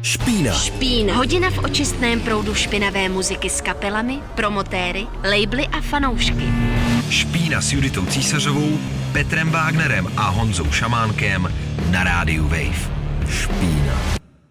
Špína. Špína. Hodina v očistném proudu špinavé muziky s kapelami, promotéry, labely a fanoušky. Špína s Juditou Císařovou, Petrem Wagnerem a Honzou Šamánkem na rádiu Wave. Špína.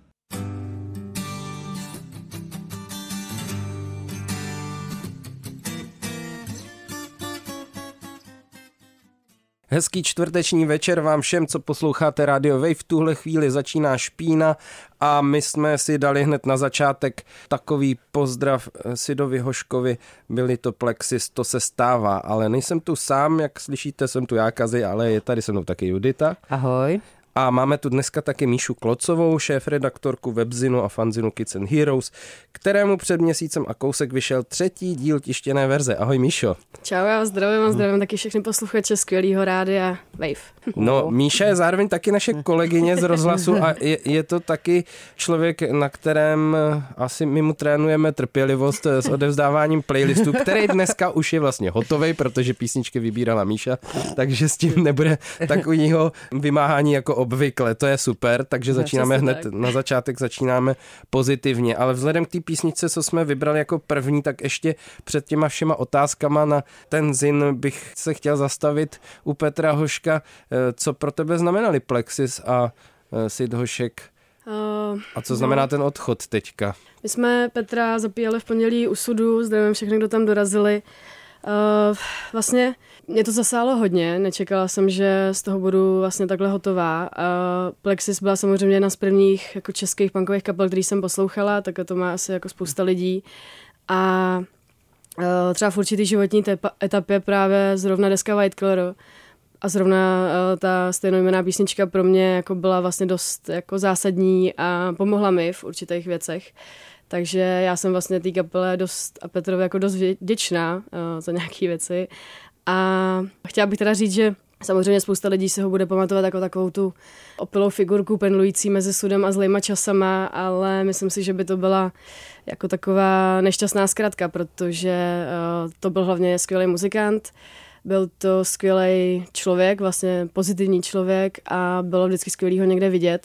Hezký čtvrteční večer vám všem, co posloucháte Radio Wave. V tuhle chvíli začíná Špína a my jsme si dali hned na začátek takový pozdrav Sidovi Hoškovi. Byli to Plexis, to se stává, ale nejsem tu sám, jak slyšíte, jsem tu já, Kazi, ale je tady se mnou taky Judita. Ahoj. A máme tu dneska taky Míšu Klocovou, šéfredaktorku webzinu a fanzinu Kids and Heroes, kterému před měsícem a kousek vyšel 3. díl tištěné verze. Ahoj Míšo. Čau, já zdravím taky všechny posluchače skvělýho rádia Wave. No, Míša je zároveň taky naše kolegyně z rozhlasu a je to taky člověk, na kterém asi my mu trénujeme trpělivost s odevzdáváním playlistu, který dneska už je vlastně hotovej, protože písničky vybírala Míša, takže s tím nebude takovýho vymáhání jako obvykle. To je super, takže začínáme hned na začátek, začínáme pozitivně, ale vzhledem k té písničce, co jsme vybrali jako první, tak ještě před těma všema otázkama na ten zin bych se chtěl zastavit u Petra Hoška. Co pro tebe znamenali Plexis a Sid Hošek? A co znamená ten odchod teďka? My jsme Petra zapíjeli v pondělí u Sudu, zdravím všechny, kdo tam dorazili. Vlastně mě to zasálo hodně, nečekala jsem, že z toho budu vlastně takhle hotová. Plexis byla samozřejmě jedna z prvních jako českých punkových kapel, který jsem poslouchala, tak to má asi jako spousta lidí. A třeba v určitý životní etapě právě zrovna deska White Collar a zrovna ta stejnojmenná písnička pro mě jako byla vlastně dost jako zásadní a pomohla mi v určitých věcech. Takže já jsem vlastně té kapele dost a Petrovi jako dost vděčná za nějaké věci. A chtěla bych teda říct, že samozřejmě spousta lidí se ho bude pamatovat jako takovou tu opilou figurku pendlující mezi Sudem a zlejma časama, ale myslím si, že by to byla jako taková nešťastná zkratka, protože to byl hlavně skvělý muzikant, byl to skvělý člověk, vlastně pozitivní člověk a bylo vždycky skvělý ho někde vidět.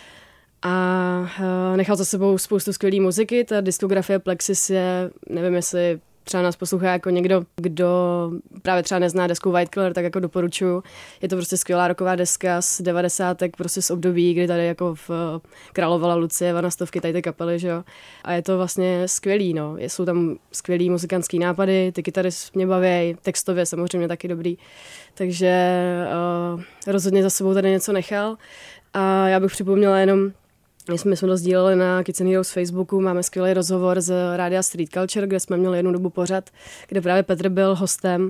A nechal za sebou spoustu skvělý muziky, ta diskografie Plexis je, nevím jestli třeba nás poslouchá jako někdo, kdo právě třeba nezná desku White Collar, tak jako doporučuju. Je to prostě skvělá rocková deska z 90. prostě z období, kdy tady jako královala Lucie, Vanastovky, tady ty kapely, že jo. A je to vlastně skvělý, no. Jsou tam skvělý muzikantský nápady, ty kytary mě baví, textově samozřejmě taky dobrý. Takže rozhodně za sebou tady něco nechal. A já bych připomněla jenom, my jsme to sdíleli na Kids and Heroes Facebooku, máme skvělý rozhovor z rádia Street Culture, kde jsme měli jednu dobu pořad, kde právě Petr byl hostem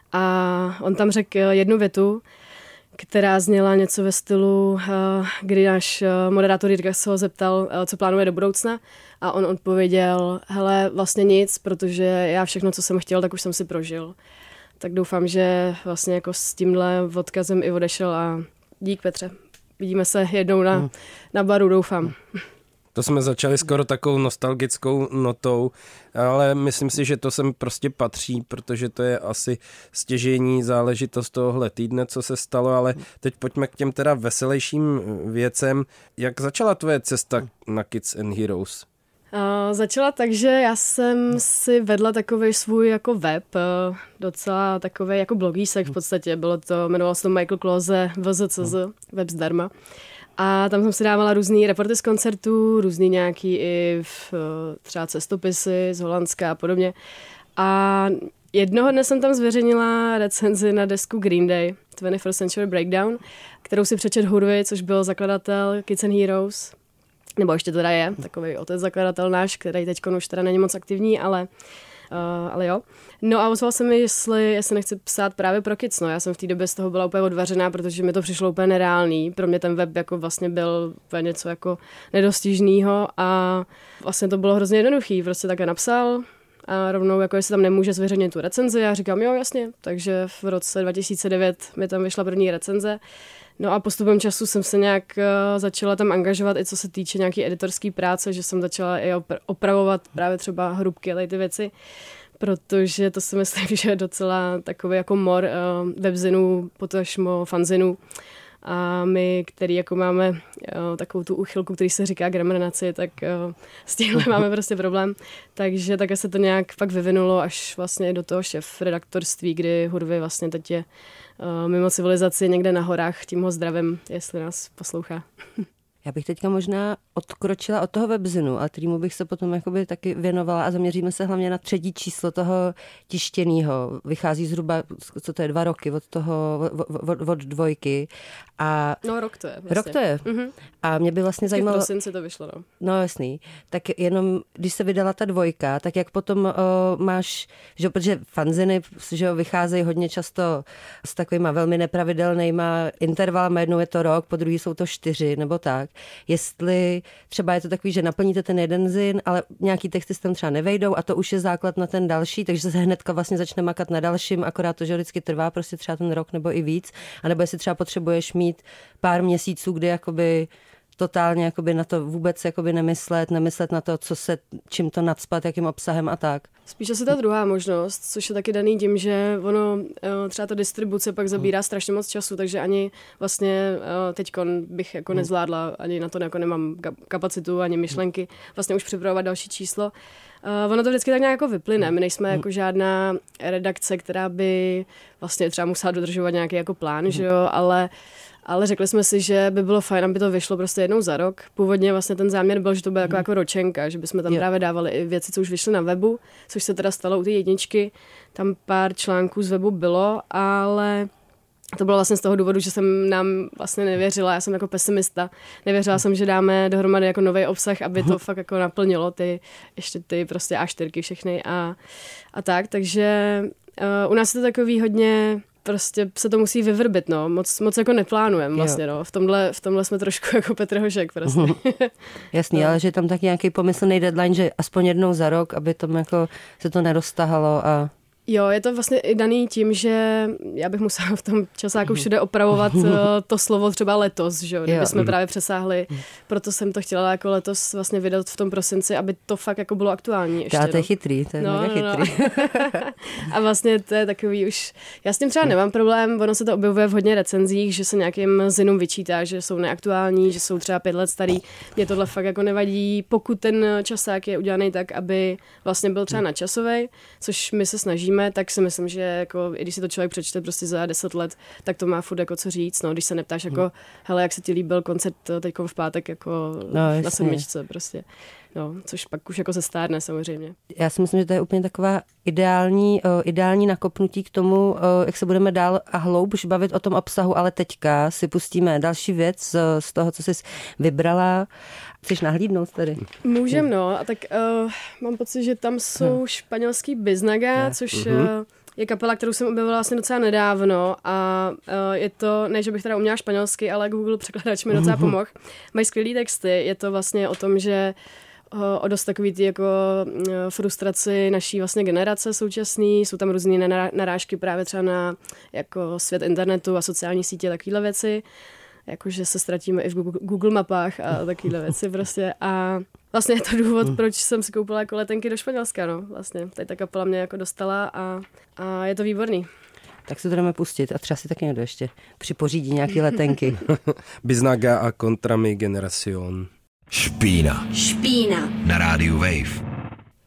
a on tam řekl jednu větu, která zněla něco ve stylu, kdy náš moderátor Jirka se ho zeptal, co plánuje do budoucna a on odpověděl, hele, vlastně nic, protože já všechno, co jsem chtěl, tak už jsem si prožil. Tak doufám, že vlastně jako s tímhle odkazem i odešel a dík Petře. Vidíme se jednou na baru, doufám. To jsme začali skoro takovou nostalgickou notou, ale myslím si, že to sem prostě patří, protože to je asi stěžejní záležitost tohohle týdne, co se stalo, ale teď pojďme k těm teda veselějším věcem. Jak začala tvoje cesta na Kids and Heroes? Začala tak, že já jsem si vedla takovej svůj jako web, docela takovej jako blogísek v podstatě, jmenovalo se to Michael Klose VZCZ, web zdarma. A tam jsem si dávala různý reporty z koncertů, různý nějaký i třeba cestopisy z Holandska a podobně. A jednoho dne jsem tam zveřejnila recenzi na desku Green Day, 21st Century Breakdown, kterou si přečet Hurvy, což byl zakladatel Kids and Heroes. Nebo ještě teda je, takový otec zakladatel náš, který teď už teda není moc aktivní, ale jo. No a ozval se mi, jestli nechci psát právě pro Kids. No, já jsem v té době z toho byla úplně odvařená, protože mi to přišlo úplně nereálný. Pro mě ten web jako vlastně byl něco jako nedostižného a vlastně to bylo hrozně jednoduchý. Prostě také napsal a rovnou, jako jestli tam nemůže zveřejnit tu recenzi. Já říkám, jo, jasně. Takže v roce 2009 mi tam vyšla první recenze. No a postupem času jsem se nějak začala tam angažovat, i co se týče nějaký editorské práce, že jsem začala i opravovat právě třeba hrubky a tady ty věci, protože to si myslím, že je docela takový jako mor webzinů, potažmo fanzinů A my, který jako máme takovou tu úchylku, který se říká gramernaci, tak s tímhle máme prostě problém. Takže také se to nějak pak vyvinulo až vlastně do toho šéfredaktorství, kdy Hurvy vlastně teď je mimo civilizaci někde na horách, tím ho zdravím, jestli nás poslouchá. Já bych teďka možná odkročila od toho webzinu, a kterýmu bych se potom jakoby taky věnovala a zaměříme se hlavně na 3. číslo toho tištěného. Vychází zhruba, co to je, 2 roky od toho, od 2. A no rok to je. Vlastně. Rok to je. Mm-hmm. A mě by vlastně zajímalo... V prosinci to vyšlo, no. No jasný. Tak jenom, když se vydala ta 2, tak jak potom máš, že protože fanziny že vycházejí hodně často s takovýma velmi nepravidelnýma intervalama, jednou je to rok, po druhý jsou to 4 nebo tak. Jestli třeba je to takový, že naplníte ten jeden zin, ale nějaký texty se tam třeba nevejdou a to už je základ na ten další, takže se hnedka vlastně začne makat na dalším, akorát to, že vždycky trvá prostě třeba ten rok nebo i víc, anebo jestli třeba potřebuješ mít pár měsíců, kdy jakoby totálně jakoby na to vůbec jakoby nemyslet na to, co se, čím to nacpat, jakým obsahem a tak. Spíš asi ta druhá možnost, což je taky daný tím, že ono třeba ta distribuce pak zabírá strašně moc času, takže ani vlastně teďkon bych jako nezvládla, ani na to jako nemám kapacitu, ani myšlenky vlastně už připravovat další číslo. Ono to vždycky tak nějak jako vyplyne. My nejsme jako žádná redakce, která by vlastně třeba musela dodržovat nějaký jako plán, že jo, ale řekli jsme si, že by bylo fajn, aby to vyšlo prostě jednou za rok. Původně vlastně ten záměr byl, že to bude jako ročenka, že bychom tam právě dávali i věci, co už vyšly na webu, což se teda stalo u té 1. Tam pár článků z webu bylo, ale to bylo vlastně z toho důvodu, že jsem nám vlastně nevěřila, já jsem jako pesimista. Nevěřila jsem, že dáme dohromady jako nový obsah, aby to fakt jako naplnilo ještě ty prostě A4 všechny a tak, takže u nás je to takový hodně... Prostě se to musí vyvrbit, no. Moc jako neplánujeme vlastně, no. V tomhle jsme trošku jako Petr Hošek prostě. Jasný, no. Ale že tam taky nějaký pomyslný deadline, že aspoň jednou za rok, aby tam jako se to neroztahalo a... Jo, je to vlastně i daný tím, že já bych musela v tom časáku všude opravovat to slovo třeba letos, že jo, kdyby jsme právě přesáhli, proto jsem to chtěla jako letos vlastně vydat v tom prosinci, aby to fakt jako bylo aktuální ještě. To je chytrý, to je mega chytrý. A vlastně to je takový už, já s tím třeba nemám problém, ono se to objevuje v hodně recenzích, že se nějakým zinům vyčítá, že jsou neaktuální, že jsou třeba 5 let starý, mě tohle fakt jako nevadí, pokud ten časák je udělaný tak, aby vlastně byl třeba nadčasovej, což my se snažíme, tak si myslím, že jako, i když si to člověk přečte prostě za 10 let, tak to má furt jako co říct, no, když se neptáš jako, hele, jak se ti líbil koncert teďko v pátek jako na 7 prostě. No, což pak už jako se stárne samozřejmě. Já si myslím, že to je úplně taková ideální nakopnutí k tomu, jak se budeme dál a hloubš bavit o tom obsahu, ale teďka si pustíme další věc z toho, co jsi vybrala. Chceš nahlídnout tady? Můžem, no. A tak mám pocit, že tam jsou španělský Biznaga, což je kapela, kterou jsem objevila vlastně docela nedávno a je to, ne, že bych teda uměla španělsky, ale Google překladač mi docela pomohl. Mají skvělý texty, je to vlastně o tom, že o dost takový ty jako frustraci naší vlastně generace současný, jsou tam různý narážky právě třeba na jako svět internetu a sociální sítě, takovýhle věci, jakože se ztratíme i v Google mapách a takovýhle věci prostě a vlastně je to důvod, proč jsem si koupila jako letenky do Španělska, no vlastně, tady ta kapela mě jako dostala a je to výborný. Tak se to jdeme pustit a třeba si taky někdo ještě připořídí nějaký letenky. Biznaga a Contra mi generación. Špína na rádiu Wave.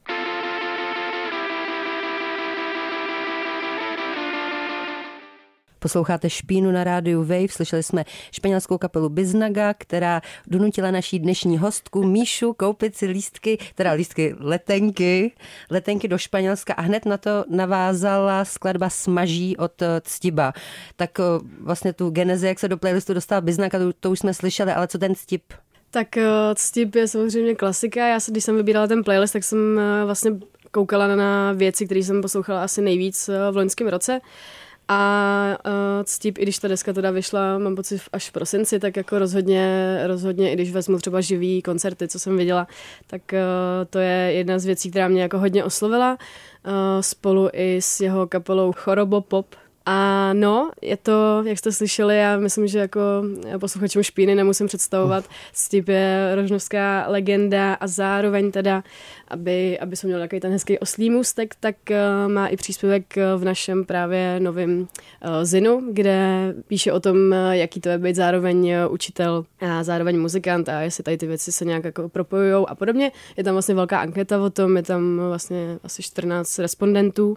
Posloucháte Špínu na rádiu Wave, slyšeli jsme španělskou kapelu Biznaga, která donutila naší dnešní hostku Míšu koupit si letenky do Španělska a hned na to navázala skladba Smaží od Ctiba. Tak vlastně tu genezi, jak se do playlistu dostala Biznaga, to už jsme slyšeli, ale co ten Ctib? Tak Ctib je samozřejmě klasika. Když jsem vybírala ten playlist, tak jsem vlastně koukala na věci, které jsem poslouchala asi nejvíc v loňském roce. A Ctib, i když ta deska teda vyšla, mám pocit až v prosinci, tak jako rozhodně, i když vezmu třeba živý koncerty, co jsem viděla, tak to je jedna z věcí, která mě jako hodně oslovila, spolu i s jeho kapelou Chorobo Pop. A no, je to, jak jste slyšeli, já myslím, že jako posluchačům Špíny nemusím představovat, Stip je rožnovská legenda a zároveň teda, aby jsme měli takový ten hezký oslí můstek, tak má i příspěvek v našem právě novém Zinu, kde píše o tom, jaký to je být zároveň učitel a zároveň muzikant a jestli tady ty věci se nějak jako propojujou a podobně. Je tam vlastně velká anketa o tom, je tam vlastně asi 14 respondentů.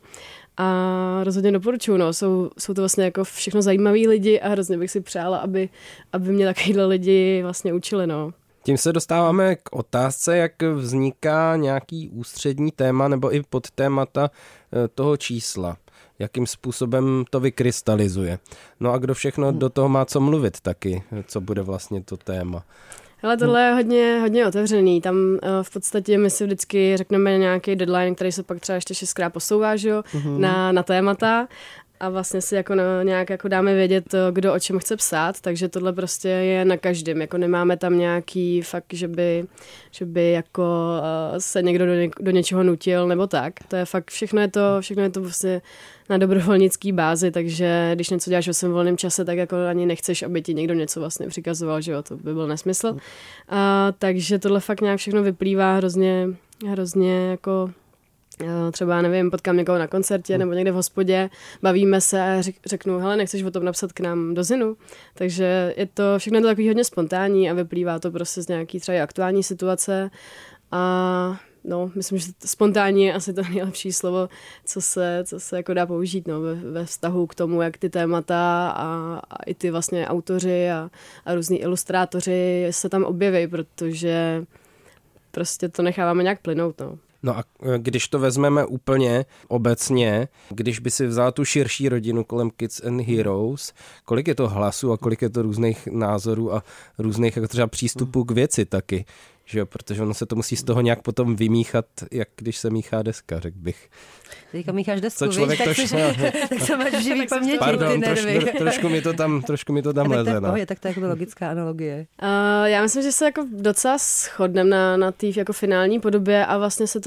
A rozhodně doporučuju, no. Jsou to vlastně jako všechno zajímaví lidi a hrozně bych si přála, aby mě takovýhle lidi vlastně učili, no. Tím se dostáváme k otázce, jak vzniká nějaký ústřední téma nebo i podtémata toho čísla. Jakým způsobem to vykrystalizuje. No a kdo všechno do toho má co mluvit taky, co bude vlastně to téma. Ale tohle je hodně otevřený. Tam v podstatě my si vždycky řekneme nějaký deadline, který se pak třeba ještě 6krát posouvá, že jo, na témata. A vlastně si jako nějak jako dáme vědět, kdo o čem chce psát, takže tohle prostě je na každém. Jako nemáme tam nějaký fakt, že by jako se někdo do něčeho nutil nebo tak. To je fakt, všechno je to vlastně na dobrovolnický bázi, takže když něco děláš ve svém volném čase, tak jako ani nechceš, aby ti někdo něco vlastně přikazoval, že jo, to by byl nesmysl. Takže tohle fakt nějak všechno vyplývá hrozně jako třeba, nevím, potkám někoho na koncertě nebo někde v hospodě, bavíme se a řeknu, hele, nechceš o tom napsat k nám do Zinu? Takže všechno je to takový hodně spontánní a vyplývá to prostě z nějaký třeba aktuální situace a no, myslím, že spontánní je asi to nejlepší slovo, co se jako dá použít, no, ve vztahu k tomu, jak ty témata a i ty vlastně autoři a různí ilustrátoři se tam objeví, protože prostě to necháváme nějak plynout, no. No a když to vezmeme úplně obecně, když by si vzal tu širší rodinu kolem Kids and Heroes, kolik je to hlasů a kolik je to různých názorů a různých jako třeba přístupů k věci taky, že jo? Protože ono se to musí z toho nějak potom vymíchat, jak když se míchá deska, řekl bych. Teďka mícháš desku, co člověk víš, tak to máš živý paměti, pardon, ty nervy. trošku mi to tam leze. Tak to je jako logická analogie. Já myslím, že se jako docela shodneme na té jako finální podobě a vlastně se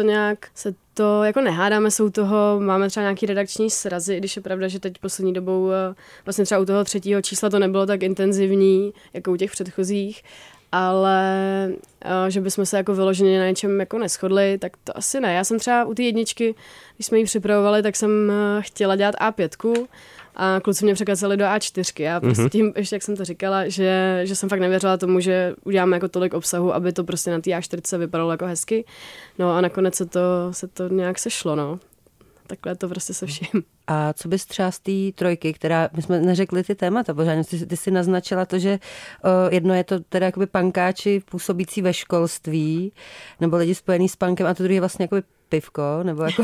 to jako nehádáme, máme třeba nějaký redakční srazy, když je pravda, že teď poslední dobou vlastně třeba u toho 3. čísla to nebylo tak intenzivní, jako u těch předchozích, ale že bychom se jako vyloženě na něčem jako neshodli, tak to asi ne. Já jsem třeba u té 1, když jsme ji připravovali, tak jsem chtěla dělat A5 a kluci mě překazali do A4. Já prostě tím, ještě jak jsem to říkala, že jsem fakt nevěřila tomu, že uděláme jako tolik obsahu, aby to prostě na té A4 vypadalo jako hezky. No a nakonec se to nějak sešlo, no. Takhle to prostě se vším. A co bys třeba z té 3, která, my jsme neřekli ty témata, pořádně, ty jsi naznačila to, že jedno je to teda jakoby punkáči působící ve školství, nebo lidi spojený s punkem, a to druhé je vlastně jakoby pivko, nebo jako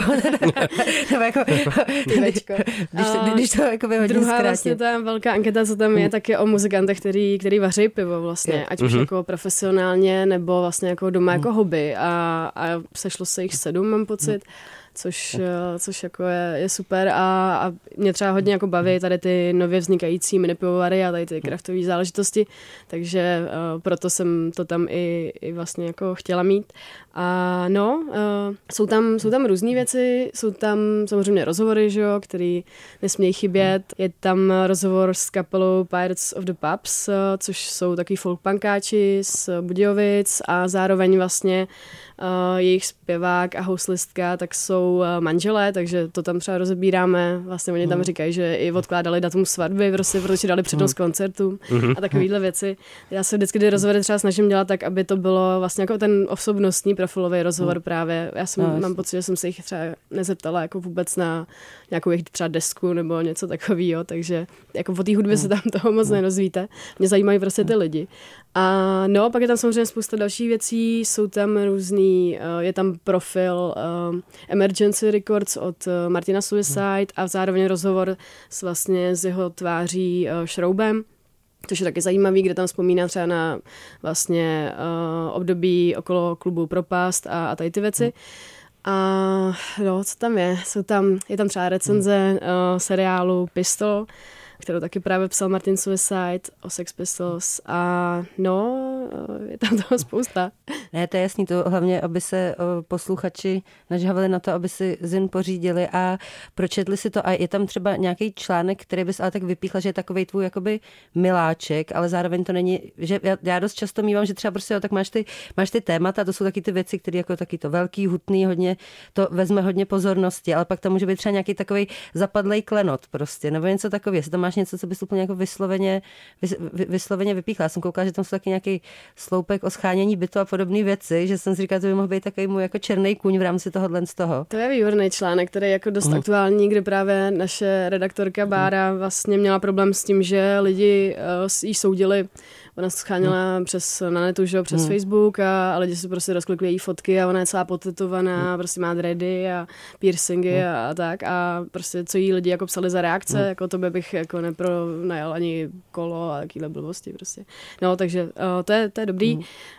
když to jako hodně druhá zkrátím. Vlastně ta velká anketa, co tam je, tak je o muzikantech, který vaří pivo vlastně, ať už jako profesionálně, nebo vlastně jako doma jako hobby a sešlo se jich 7, mám pocit. Což jako je super a mě třeba hodně jako baví tady ty nově vznikající minipivovary a tady ty kraftové záležitosti, takže proto jsem to tam i vlastně jako chtěla mít. A no, jsou tam různé věci, jsou tam samozřejmě rozhovory, že jo, který nesmějí chybět. Je tam rozhovor s kapelou Pirates of the Pubs, což jsou takový folk punkáči z Budějovic a zároveň vlastně jejich zpěvák a houslistka tak jsou manželé, takže to tam třeba rozebíráme. Vlastně oni tam říkají, že i odkládali datum svatby, prostě, protože dali přednost koncertům a takovýhle věci. Já se vždycky ty rozhovory třeba snažím dělat tak, aby to bylo vlastně jako ten osobnostní profilový rozhovor právě. Já mám pocit, že jsem se jich třeba nezeptala jako vůbec na nějakou jejich třeba desku nebo něco takového, takže jako o té hudbě se tam toho moc nerozvíte. Mě zajímají prostě ty lidi. A no, pak je tam samozřejmě spousta dalších věcí, jsou tam různý, je tam profil Emergency Records od Martina Suicide a zároveň rozhovor s jeho tváří Šroubem, což je taky zajímavý, kde tam vzpomíná třeba na vlastně období okolo klubu Propast a tady ty věci. A no, co tam je? Je tam třeba recenze seriálu Pistol, kterou taky právě psal Martin Suicide o Sex Pistols a no, je tam toho spousta. Ne, to je jasný, to hlavně, aby se posluchači nažhavali na to, aby si zin pořídili a pročetli si to a je tam třeba nějaký článek, který bys ale tak vypíchla, že je takovej tvůj jakoby miláček, ale zároveň to není, že já dost často mívám, že třeba prostě tak máš ty témata, to jsou taky ty věci, které jako taky to velký, hutný, hodně, to vezme hodně pozornosti, ale pak tam může být třeba nějaký takový zapadlej klenot prostě, nebo něco takového. Jestli tam máš něco, co bys úplně jako vysloveně vypíchla. Já jsem koukala, že tam jsou taky nějaký sloupek o schánění bytu a podobné věci, že jsem si říkala, že to by mohl být takový můj jako černý kůň v rámci tohohle z toho. To je výborný článek, který je jako dost aktuální, kde právě naše redaktorka Bára vlastně měla problém s tím, že lidi jí soudili. Ona scháněla na netu, že, přes Facebook a lidi si prostě rozklikli její fotky a ona je celá potetovaná, prostě má dready a piercingy a tak a prostě co jí lidi jako psali za reakce, jako to bych jako nepronajal ani kolo a takovýhle blbosti prostě. No, takže to je dobrý.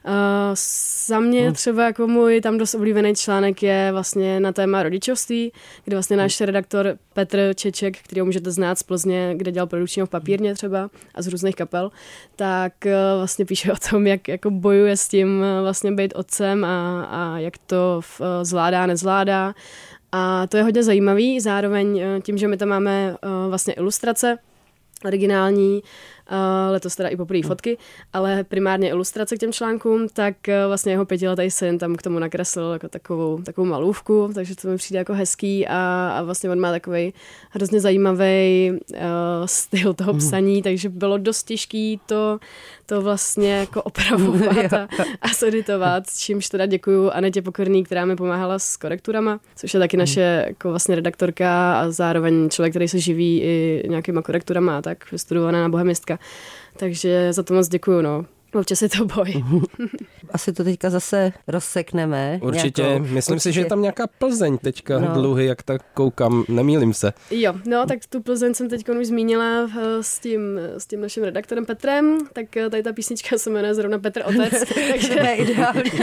Za mě třeba jako můj tam dost oblíbený článek je vlastně na téma rodičovství, kde vlastně náš redaktor Petr Čeček, kterýho můžete znát z Plzně, kde dělal produkčního v papírně třeba a z různých kapel, tak vlastně píše o tom, jak jako bojuje s tím vlastně být otcem a jak to zvládá, nezvládá. A to je hodně zajímavý, zároveň tím, že my tam máme vlastně ilustrace originální, letos teda i poprvé fotky, ale primárně ilustrace k těm článkům, tak vlastně jeho 5letý syn tam k tomu nakreslil jako takovou malůvku, takže to mi přijde jako hezký a vlastně on má takovej hrozně zajímavý styl toho psaní, takže bylo dost těžký to vlastně jako opravovat a seditovat, s čímž teda děkuju Anetě Pokorný, která mi pomáhala s korekturama, což je taky naše jako vlastně redaktorka a zároveň člověk, který se živí i nějakýma korekturama a tak, vystudovaná na bohemistka. Takže za to moc děkuju, no. Občas je to boj. Asi to teďka zase rozsekneme. Určitě, myslím si, že je tam nějaká Plzeň teďka dluhy, jak tak koukám, nemýlím se. Jo, no tak tu Plzeň jsem teďka už zmínila s tím naším redaktorem Petrem, tak tady ta písnička se jmenuje zrovna Petr Otec. Takže ideální.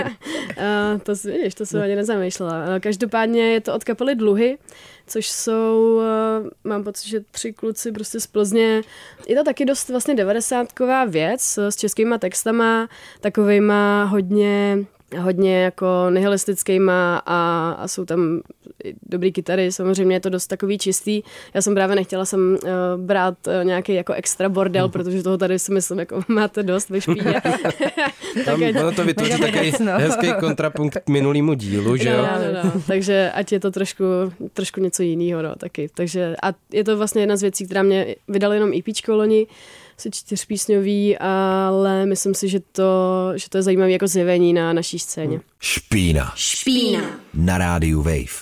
To jsem ani nezamýšlela. Každopádně je to od kapely Dluhy, což jsou, mám pocit, že 3 kluci prostě z Plzně. Je to taky dost vlastně 90ková věc s českýma textama, takovejma hodně jako nihilistickýma a jsou tam dobrý kytary, samozřejmě je to dost takový čistý. Já jsem právě nechtěla brát nějaký jako extra bordel, protože toho tady si myslím, jako máte dost ve špíně. Ono to vytvoří takový hezký kontrapunkt k minulýmu dílu, že jo? No. Takže ať je to trošku něco jiného, no, taky. Takže a je to vlastně jedna z věcí, která mě vydala jenom EPčko loni, asi 4písňový, ale myslím si, že to je zajímavé jako zjevení na naší scéně. Špína. Na rádiu Wave.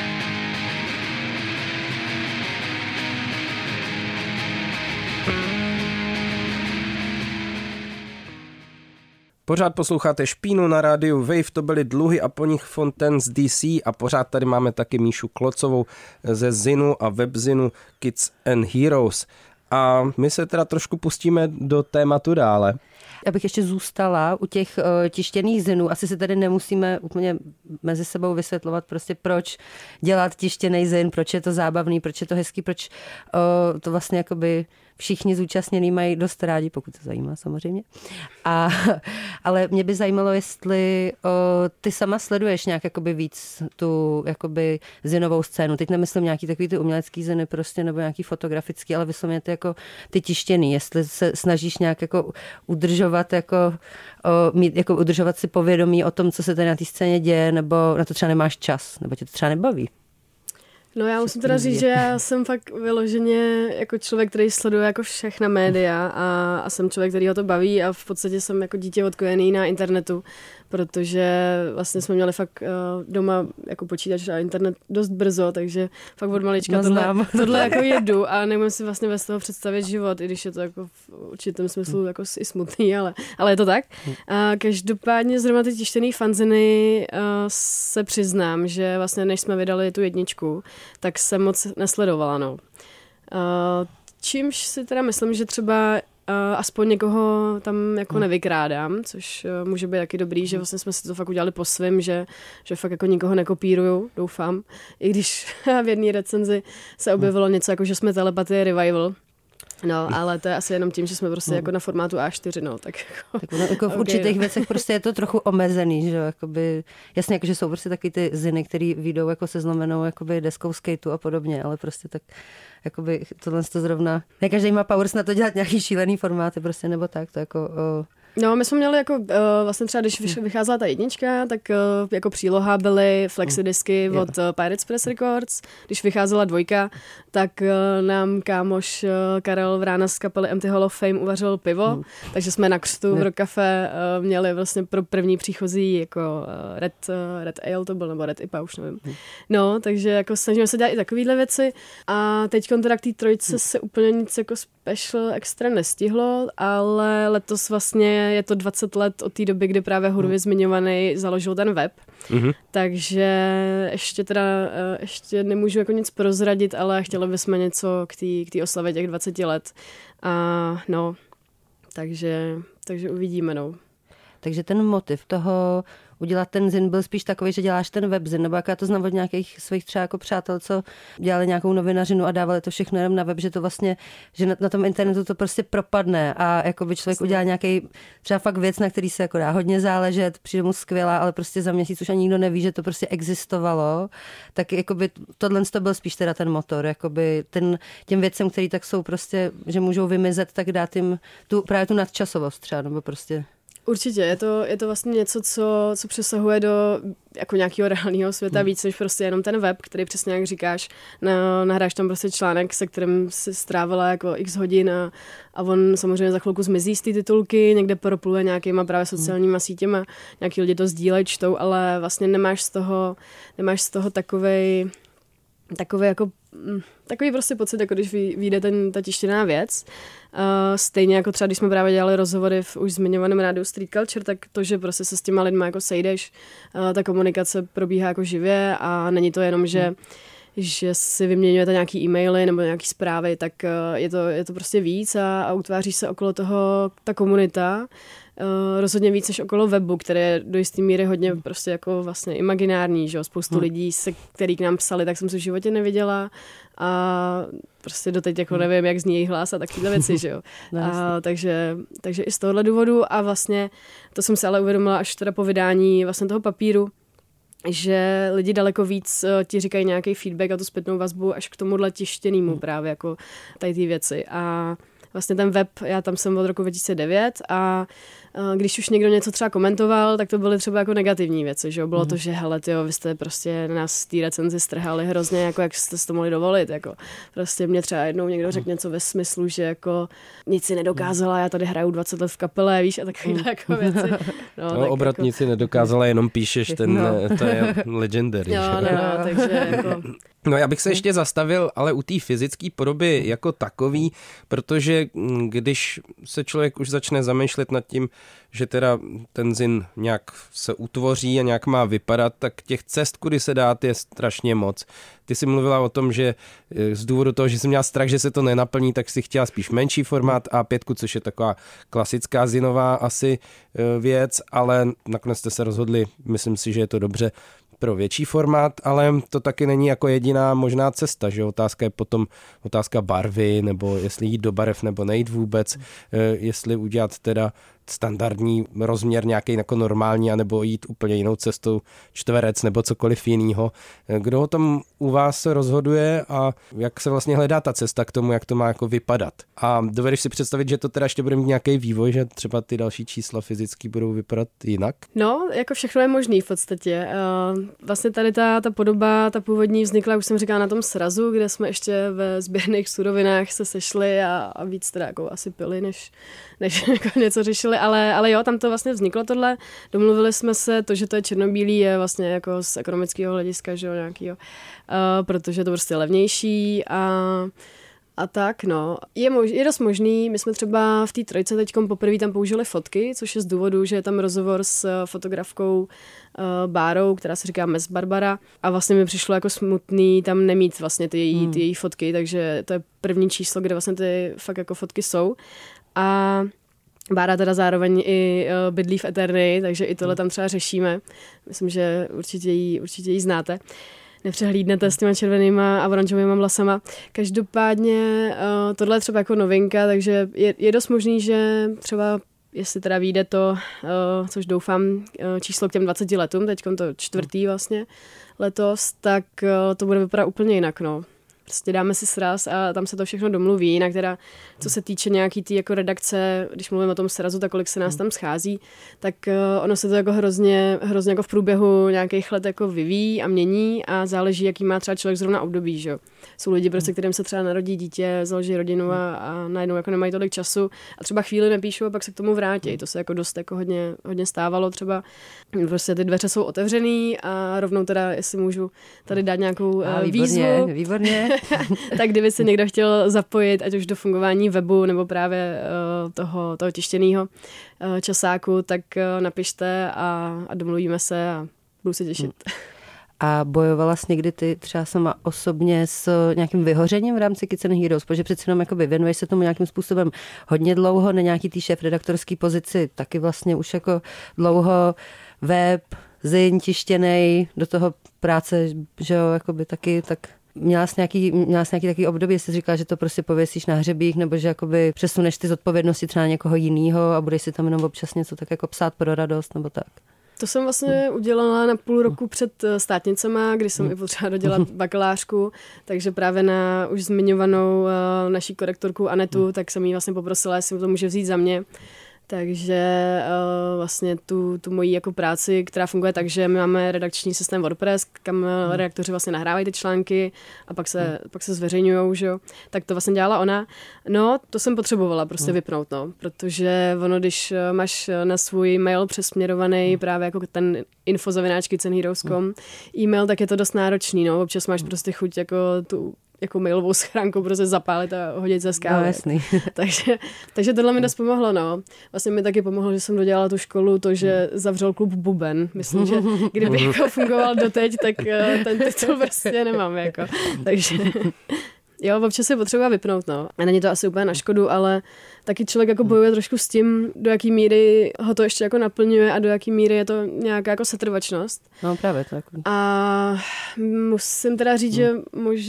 Pořád posloucháte Špínu na rádiu Wave, to byly Dluhy a po nich Fontaine z DC a pořád tady máme taky Míšu Klocovou ze Zinu a webzinu Kids and Heroes. A my se teda trošku pustíme do tématu dále. Abych ještě zůstala u těch tištěných zinů. Asi se tady nemusíme úplně mezi sebou vysvětlovat prostě proč dělat tištěný zin, proč je to zábavný, proč je to hezký, proč to vlastně jakoby všichni zúčastnění mají dost rádi, pokud to zajímá samozřejmě. Ale mě by zajímalo, jestli ty sama sleduješ nějak jakoby víc tu jakoby zinovou scénu. Teď nemyslím nějaký takový ty umělecký ziny prostě nebo nějaký fotografický, ale vysloveně ty jako ty tištěný. Jestli se snažíš nějak jako udržovat udržovat si povědomí o tom, co se tady na té scéně děje, nebo na to třeba nemáš čas, nebo tě to třeba nebaví. No já musím teda říct, že já jsem fakt vyloženě jako člověk, který sleduje jako všechna média a jsem člověk, který ho to baví a v podstatě jsem jako dítě odkojený na internetu, protože vlastně jsme měli fakt doma jako počítač a internet dost brzo, takže fakt od malička tohle jako jedu a nemůžu si vlastně bez toho představit život, i když je to jako v určitém smyslu jako i smutný, ale je to tak. A každopádně zrovna ty tištěný fanziny se přiznám, že vlastně než jsme vydali tu jedničku, tak jsem moc nesledovala, no. Čímž si teda myslím, že třeba aspoň někoho tam jako nevykrádám, což může být taky dobrý, že vlastně jsme si to fakt udělali po svým, že fakt jako nikoho nekopíruju, doufám. I když v jedné recenzi se objevilo něco jako, že jsme Telepatie Revival, No, ale to je asi jenom tím, že jsme prostě jako na formátu A4, no, tak jako v určitých věcech prostě je to trochu omezený, že jo, jakoby, jasně, jakože jsou prostě taky ty ziny, který vyjdou jako se zlomenou jakoby deskou skateu a podobně, ale prostě tak jakoby tohle to zrovna, ne každý má powers na to dělat nějaký šílený formáty prostě, nebo tak, to jako... No, my jsme měli jako vlastně třeba, když vycházela ta jednička, tak jako příloha byly flexidisky od Pirates Press Records. Když vycházela dvojka, tak nám kámoš Karel Vrána z kapely Empty Hall of Fame uvařil pivo, takže jsme na křtu v Rock Café měli vlastně pro první příchozí jako Red Ale to byl, nebo Red IPA, už nevím. No, takže jako snažíme se dělat i takovýhle věci a teď teda k té trojce se úplně nic jako special extra nestihlo, ale letos vlastně je to 20 let od té doby, kdy právě Hurvy zmiňovaný založil ten web. Takže ještě nemůžu jako nic prozradit, ale chtěli bychom něco k té oslavě těch 20 let. A no, takže uvidíme, no. Takže ten motiv toho udělat ten zin byl spíš takový, že děláš ten webzin, nebo jak já to znám od nějakých svých třeba jako přátel, co dělali nějakou novinařinu a dávali to všechno jenom na web, že to vlastně, že na tom internetu to prostě propadne a jako by člověk udělal nějaký třeba fakt věc, na který se jako dá hodně záležet, přijde mu skvělá, ale prostě za měsíc už ani nikdo neví, že to prostě existovalo, tak jakoby tohle to byl spíš teda ten motor, jakoby těm věcem, který tak jsou prostě, že můžou vymizet, tak dát jim právě tu nadčasovost třeba, nebo prostě... Určitě, je to vlastně něco, co přesahuje do jako nějakého reálného světa víc než prostě jenom ten web, který přesně jak říkáš, nahráš tam prostě článek, se kterým si strávila jako x hodin a on samozřejmě za chvilku zmizí z té titulky, někde propluje nějakýma právě sociálníma sítěma, nějaký lidi to sdílejí, čtou, ale vlastně nemáš z toho takový prostě pocit, jako když vyjde ta tištěná věc. Stejně jako třeba, když jsme právě dělali rozhovory v už zmiňovaném rádiu Street Culture, tak to, že prostě se s těma lidma jako sejdeš, ta komunikace probíhá jako živě a není to jenom, že si vyměňujete nějaký e-maily nebo nějaký zprávy, tak je to prostě víc a utváří se okolo toho ta komunita. Rozhodně víc než okolo webu, které je do jisté míry hodně prostě jako vlastně imaginární, že jo, spoustu lidí, který k nám psali, tak jsem se v životě neviděla a prostě doteď jako nevím, jak zní jejich hlas a takovýhle věci, že jo. Takže i z tohohle důvodu a vlastně to jsem se ale uvědomila až teda po vydání vlastně toho papíru, že lidi daleko víc ti říkají nějaký feedback a tu zpětnou vazbu až k tomuhle tištěnému právě jako tady ty věci a vlastně ten web, já tam jsem od roku 2009 a když už někdo něco třeba komentoval, tak to byly třeba jako negativní věci, že jo? Bylo to, že hele, tyjo, vy jste prostě na nás z té recenzi strhali hrozně, jako jak jste si to mohli dovolit, jako prostě mě třeba jednou někdo řekl něco ve smyslu, že jako nic si nedokázala, já tady hraju 20 let v kapele, víš, a takovýhle jako věci. No obratnici jako... nedokázala, jenom píšeš, to je legendary. No, takže jako... No já bych se ještě zastavil, ale u té fyzické podoby jako takový, protože když se člověk už začne zamýšlet nad tím, že teda ten zin nějak se utvoří a nějak má vypadat, tak těch cest, kudy se dát, je strašně moc. Ty jsi mluvila o tom, že z důvodu toho, že jsi měla strach, že se to nenaplní, tak si chtěla spíš menší formát A5, což je taková klasická zinová asi věc, ale nakonec jste se rozhodli, myslím si, že je to dobře, pro větší formát, ale to taky není jako jediná možná cesta, že otázka je potom otázka barvy, nebo jestli jít do barev, nebo nejít vůbec, jestli udělat teda standardní rozměr nějaký jako normální, anebo jít úplně jinou cestou, čtverec nebo cokoliv jinýho. Kdo o tom u vás rozhoduje a jak se vlastně hledá ta cesta k tomu, jak to má jako vypadat? A dovedeš si představit, že to teda ještě bude mít nějaký vývoj, že třeba ty další čísla fyzicky budou vypadat jinak? No, jako všechno je možný v podstatě. Vlastně tady ta podoba, ta původní vznikla, už jsem říkala, na tom srazu, kde jsme ještě ve sběrných surovinách se sešli a víc teda jako asi pili, než jako něco řešili, ale jo, tam to vlastně vzniklo tohle. Domluvili jsme se, to, že to je černobílý, je vlastně jako z ekonomického hlediska, že jo, nějakýho, protože je to prostě levnější a tak, no. Je dost možný, my jsme třeba v té trojce teďkom poprvé tam použili fotky, což je z důvodu, že je tam rozhovor s fotografkou Bárou, která se říká Mes Barbara a vlastně mi přišlo jako smutný tam nemít vlastně ty její fotky, takže to je první číslo, kde vlastně ty fakt jako fotky jsou. A Bára teda zároveň i bydlí v Eterny, takže i tohle tam třeba řešíme. Myslím, že určitě jí znáte. nepřehlídnete s těma červenýma a oranžovýma vlasama. Každopádně tohle je třeba jako novinka, takže je dost možný, že třeba jestli teda vyjde to, což doufám, číslo k těm 20 letům, teďkom to 4. vlastně letos, tak to bude vypadat úplně jinak, no. Prostě dáme si sraz a tam se to všechno domluví, jinak teda, co se týče nějaký tý jako redakce, když mluvím o tom srazu, tak kolik se nás tam schází, tak ono se to jako hrozně jako v průběhu nějakých let jako vyvíjí a mění a záleží, jaký má třeba člověk zrovna období, že jo. Jsou lidi prostě, kterým se třeba narodí dítě, založí rodinu a najednou jako nemají tolik času a třeba chvíli nepíšou a pak se k tomu vrátí. To se jako dost jako hodně stávalo třeba. Prostě ty dveře jsou otevřený a rovnou teda, jestli můžu tady dát nějakou výzvu. Výborně. Tak kdyby se někdo chtěl zapojit, ať už do fungování webu nebo právě toho tištěného časáku, tak napište a domluvíme se a budu se těšit. A bojovala jsi někdy ty třeba sama osobně s nějakým vyhořením v rámci Kids and Heroes, protože přeci jenom jakoby věnuješ se tomu nějakým způsobem hodně dlouho, na nějaký tý šéfredaktorský pozici taky vlastně už jako dlouho, web, zin, tištěnej, do toho práce, že jo, jakoby taky, tak měla jsi nějaký takový období, jestli jsi říkala, že to prostě pověsíš na hřebík, nebo že jakoby přesuneš ty zodpovědnosti třeba na někoho jiného a budeš si tam jenom občas něco tak jako psát pro radost, nebo tak? To jsem vlastně udělala na půl roku před státnicema, kdy jsem i potřeba dodělat bakalářku, takže právě na už zmiňovanou naší korektorku Anetu, tak jsem jí vlastně poprosila, jestli to může vzít za mě. Takže vlastně tu moji jako práci, která funguje tak, že my máme redakční systém WordPress, kam redaktoři vlastně nahrávají ty články a pak se zveřejňujou, že jo. Tak to vlastně dělala ona. No, to jsem potřebovala prostě vypnout, no, protože ono, když máš na svůj mail přesměrovaný právě jako ten info@kidsandheroes.com e-mail, tak je to dost náročný, no. Občas máš prostě chuť jako tu jako mailovou schránku prostě zapálit a hodit ze skály. No, jasný. takže tohle mi dost pomohlo, no. Vlastně mi taky pomohlo, že jsem dodělala tu školu, to, že zavřel klub Buben. Myslím, že kdyby jako fungoval doteď, tak ten titul prostě nemám, jako. Takže jo, občas se potřeba vypnout, no. A není to asi úplně na škodu, ale taky člověk jako bojuje trošku s tím, do jaký míry ho to ještě jako naplňuje a do jaký míry je to nějaká jako setrvačnost. No právě tak. A musím teda říct, že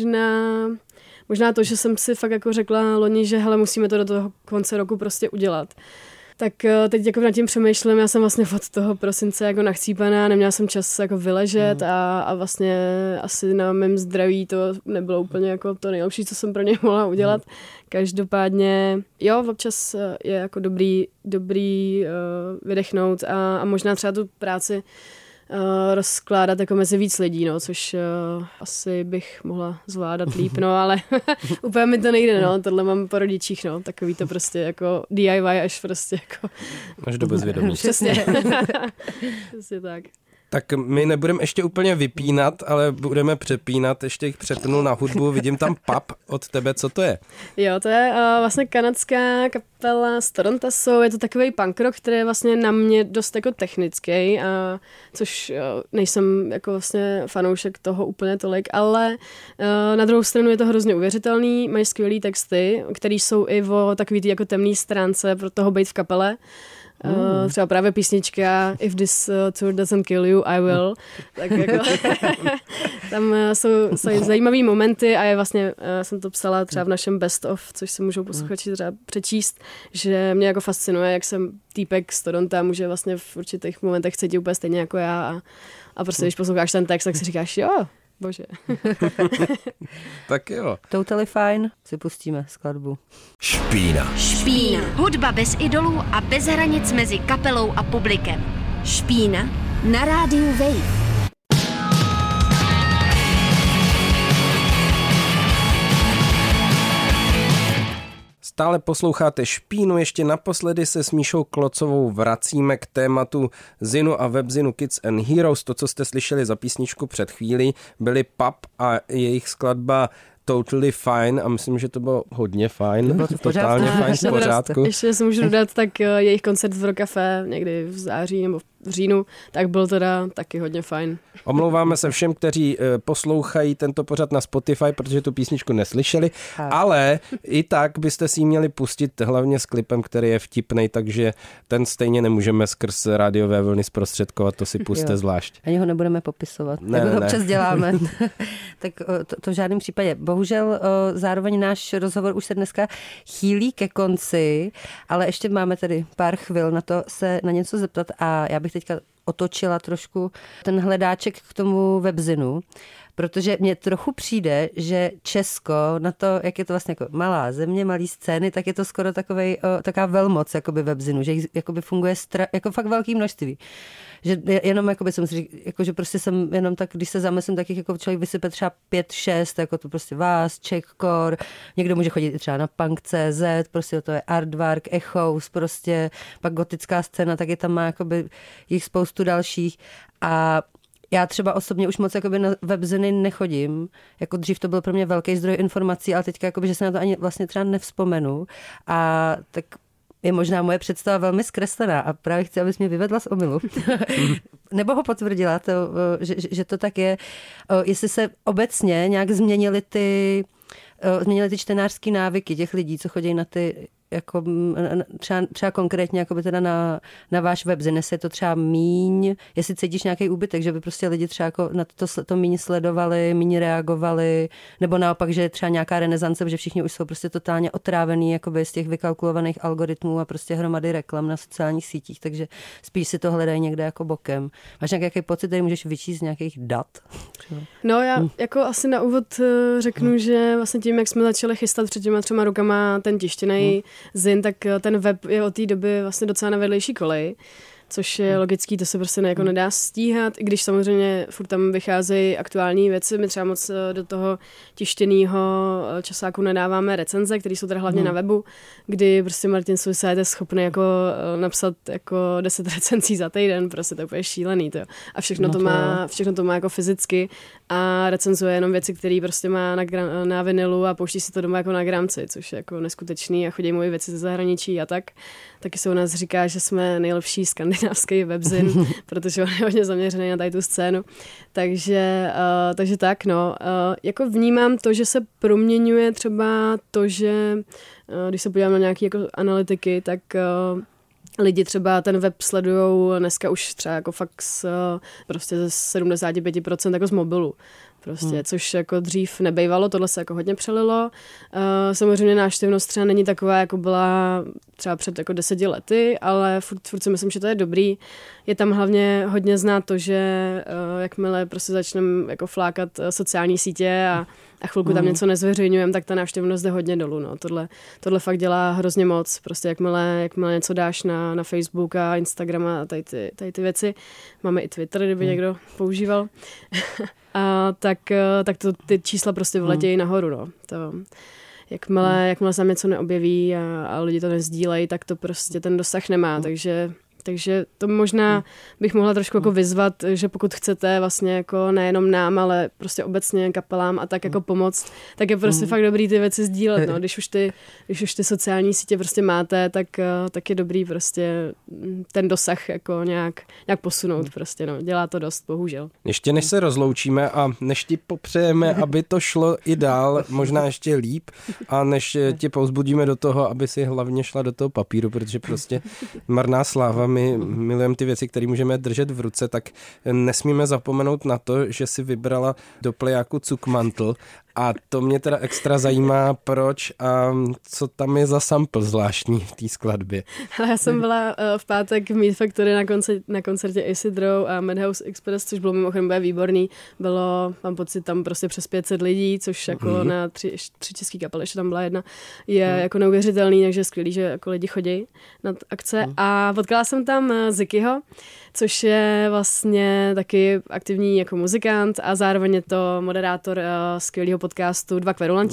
možná to, že jsem si fakt jako řekla loni, že hele, musíme to do toho konce roku prostě udělat. Tak teď jako nad tím přemýšlím, já jsem vlastně od toho prosince jako nachcípaná, neměla jsem čas jako vyležet a vlastně asi na mém zdraví to nebylo úplně jako to nejlepší, co jsem pro něj mohla udělat. Každopádně, jo, občas je jako dobrý vydechnout a možná třeba tu práci rozkládat jako mezi víc lidí, no, což asi bych mohla zvládat líp, no, ale úplně mi to nejde, no, tohle mám po rodičích, no, takový to prostě jako DIY až prostě jako... Až do bezvědomí. Přesně. Přesně tak. Tak my nebudeme ještě úplně vypínat, ale budeme přepínat, ještě jich přepnu na hudbu, vidím tam pub od tebe, co to je? Jo, to je vlastně kanadská kapela z Toronto, je to takový punk rock, který je vlastně na mě dost jako technický, což nejsem jako vlastně fanoušek toho úplně tolik, ale na druhou stranu je to hrozně uvěřitelný, mají skvělý texty, které jsou i o takový ty jako temný stránce pro toho být v kapele. Třeba právě písnička If this tour doesn't kill you, I will. Tak jako, tam jsou zajímavý momenty a je vlastně, jsem to psala třeba v našem best of, což se můžou posluchači třeba přečíst, že mě jako fascinuje, jak jsem týpek z Toronto může vlastně v určitých momentech cítit úplně stejně jako já a prostě když posloucháš ten text, tak si říkáš jo, bože. Tak jo. Totally Fine si pustíme skladbu. Špína. Špína. Hudba bez idolů a bez hranic mezi kapelou a publikem. Špína na rádiu Wave. Stále posloucháte Špínu, ještě naposledy se s Míšou Klocovou vracíme k tématu zinu a webzinu Kids and Heroes. To, co jste slyšeli za písničku před chvílí, byly pub a jejich skladba Totally Fine a myslím, že to bylo hodně fajn, totálně fajn, v pořádku. Ještě se můžu dodat, tak jejich koncert v Rock Café někdy v září nebo v říjnu, tak byl teda taky hodně fajn. Omlouváme se všem, kteří poslouchají tento pořad na Spotify, protože tu písničku neslyšeli, ale i tak byste si ji měli pustit hlavně s klipem, který je vtipnej, takže ten stejně nemůžeme skrz rádiové vlny zprostředkovat, to si puste zvlášť. Ani ho nebudeme popisovat, jak to občas děláme. Tak to v žádném případě. Bohužel zároveň náš rozhovor už se dneska chýlí ke konci, ale ještě máme tedy pár chvil na to se na něco zeptat a já bych teďka otočila trošku ten hledáček k tomu webzinu, protože mně trochu přijde, že Česko na to, jak je to vlastně jako malá země, malý scény, tak je to skoro taková velmoc jakoby webzinu, že jich jakoby funguje jako fakt velký množství. Že jenom jakoby jsem si říkal, jako, že prostě jsem jenom tak, když se zamyslím, tak jich jako člověk vysype třeba 5-6, jako to prostě vás, Czechcore, někdo může chodit i třeba na Punk.cz, prostě to je Artwork, Echos, prostě pak gotická scéna, tak je tam má jakoby jich spoustu dalších a já třeba osobně už moc jakoby na webziny nechodím, jako dřív to byl pro mě velký zdroj informací, ale teďka jakoby, že se na to ani vlastně třeba nevzpomenu a tak je možná moje představa velmi zkreslená a právě chci, abys mě vyvedla z omylu. Nebo ho potvrdila, že to tak je. Jestli se obecně nějak změnily ty čtenářské návyky těch lidí, co chodí na ty jako třeba konkrétně jako by teda na váš web, znes je to třeba míň, jestli cítíš nějaký úbytek, že by prostě lidi třeba jako na to míň sledovali, míň reagovali, nebo naopak, že je třeba nějaká renesance, protože všichni už jsou prostě totálně otrávený jakoby z těch vykalkulovaných algoritmů a prostě hromady reklam na sociálních sítích, takže spíš si to hledají někde jako bokem. Máš nějaký pocit, který můžeš vyčíst z nějakých dat? No já jako asi na úvod řeknu, že vlastně tím, jak jsme začali chystat před těma 3 rokama ten tištěnej Zin, tak ten web je od té doby vlastně docela na vedlejší koleji, což je logický, to se prostě jako nedá stíhat, i když samozřejmě furt tam vycházejí aktuální věci, my třeba moc do toho tištěného časáku nedáváme recenze, které jsou teda hlavně na webu, kdy prostě Martin Suicide je schopný jako napsat jako 10 recenzí za týden, prostě to je úplně šílený, to. A všechno to má jako fyzicky a recenzuje jenom věci, které prostě má na vinilu a pouští si to doma jako na gramci, což je jako neskutečný a chodí moje věci ze zahraničí a tak. Taky se u nás říká, že jsme nejlepší skandinávský webzin, protože on je hodně zaměřený na tady tu scénu. Takže tak, no. Jako vnímám to, že se proměňuje třeba to, že když se podívám na nějaké jako analytiky, tak lidi třeba ten web sledujou dneska už třeba jako fakt prostě ze 75% jako z mobilu. Prostě, což jako dřív nebejvalo, tohle se jako hodně přelilo. Samozřejmě návštěvnost třeba není taková, jako byla třeba před jako 10 lety, ale furt si myslím, že to je dobrý. Je tam hlavně hodně znát to, že jakmile prostě začneme jako flákat sociální sítě a chvilku tam něco nezveřejňujeme, tak ta návštěvnost jde hodně dolů. No. Tohle fakt dělá hrozně moc. Prostě jakmile něco dáš na Facebook a Instagram a tady ty věci. Máme i Twitter, kdyby někdo používal. Tak ty čísla prostě vyletějí nahoru. No. Jakmile se tam něco neobjeví a lidi to nezdílejí, tak to prostě ten dosah nemá. Takže to možná bych mohla trošku jako vyzvat, že pokud chcete vlastně jako nejenom nám, ale prostě obecně kapelám a tak jako pomoct, tak je prostě fakt dobrý ty věci sdílet. No. Když už ty sociální sítě prostě máte, tak je dobrý prostě ten dosah jako nějak posunout prostě. No. Dělá to dost, bohužel. Ještě než se rozloučíme a než ti popřejeme, aby to šlo i dál, možná ještě líp, a než tě povzbudíme do toho, aby si hlavně šla do toho papíru, protože prostě marná sláva, my milujeme ty věci, které můžeme držet v ruce, tak nesmíme zapomenout na to, že si vybrala do plejáku Cukmantl a to mě teda extra zajímá, proč a co tam je za sample zvláštní v té skladbě. Já jsem byla v pátek v Meat Factory na koncertě Acid Row a Madhouse Express, což bylo mimochodem výborný. Bylo, mám pocit, tam prostě přes 500 lidí, což jako na 3 český kapely, ještě tam byla jedna, je jako neuvěřitelný, takže je skvělý, že jako lidi chodí na akce. A potkala jsem tam Zikyho, což je vlastně taky aktivní jako muzikant a zároveň je to moderátor skvělého podcastu Dva kverulanti.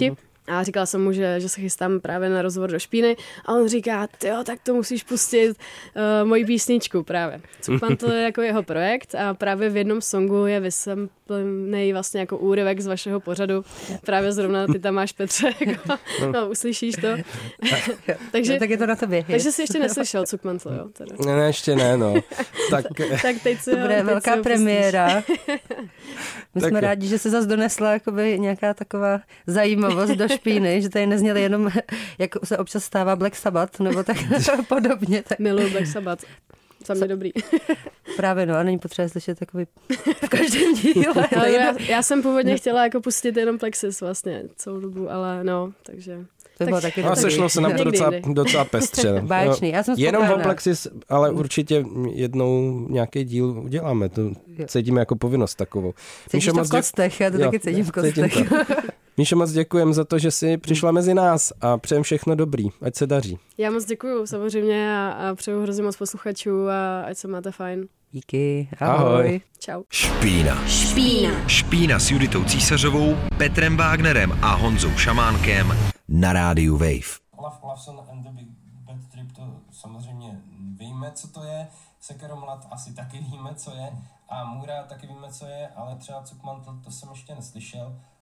A říkala jsem mu, že se chystám právě na rozhovor do Špíny a on říká, tyjo, tak to musíš pustit moji písničku právě. Cukmantl je jako jeho projekt a právě v jednom songu je vysamplený vlastně jako úryvek z vašeho pořadu. Právě zrovna ty tam máš, Petře, jako, no, uslyšíš to. Takže, no, tak je to na tobě. Takže jsi ještě neslyšel Cukmantl, jo? Teda. Ne, ještě ne, no. Tak teď si to bude velká premiéra. My jsme rádi, že se zase donesla jakoby nějaká taková zajímavost do Špíny, že tady nezněli jenom, jak se občas stává Black Sabbath, nebo tak podobně. Tak. Miluji Black Sabbath. Za mě dobrý. Právě no, a není potřeba slyšet takový v každém díle. Já jsem původně chtěla jako pustit jenom Plexis vlastně celou dobu, ale no, takže... To bylo taky a sešlo se nám to docela pestře. Báječný, já jsem jenom o Plexis, ale určitě jednou nějaký díl uděláme. To cítíme jako povinnost takovou. Cítíš to v kostech, já to taky cítím v kostech. Míšo, moc děkujem za to, že jsi přišla mezi nás a přejem všechno dobrý, ať se daří. Já moc děkuju samozřejmě a přeju hrozně moc posluchačů a ať se máte fajn. Díky, ahoj. Čau. Špína s Juditou Císařovou, Petrem Wagnerem a Honzou Šamánkem na rádiu Wave. Olaf Olafson and the Big Bad Trip, to samozřejmě víme, co to je. Sekeromlat asi taky víme, co je. A Můra taky víme, co je, ale třeba Cukmantl, to jsem ještě neslyšel.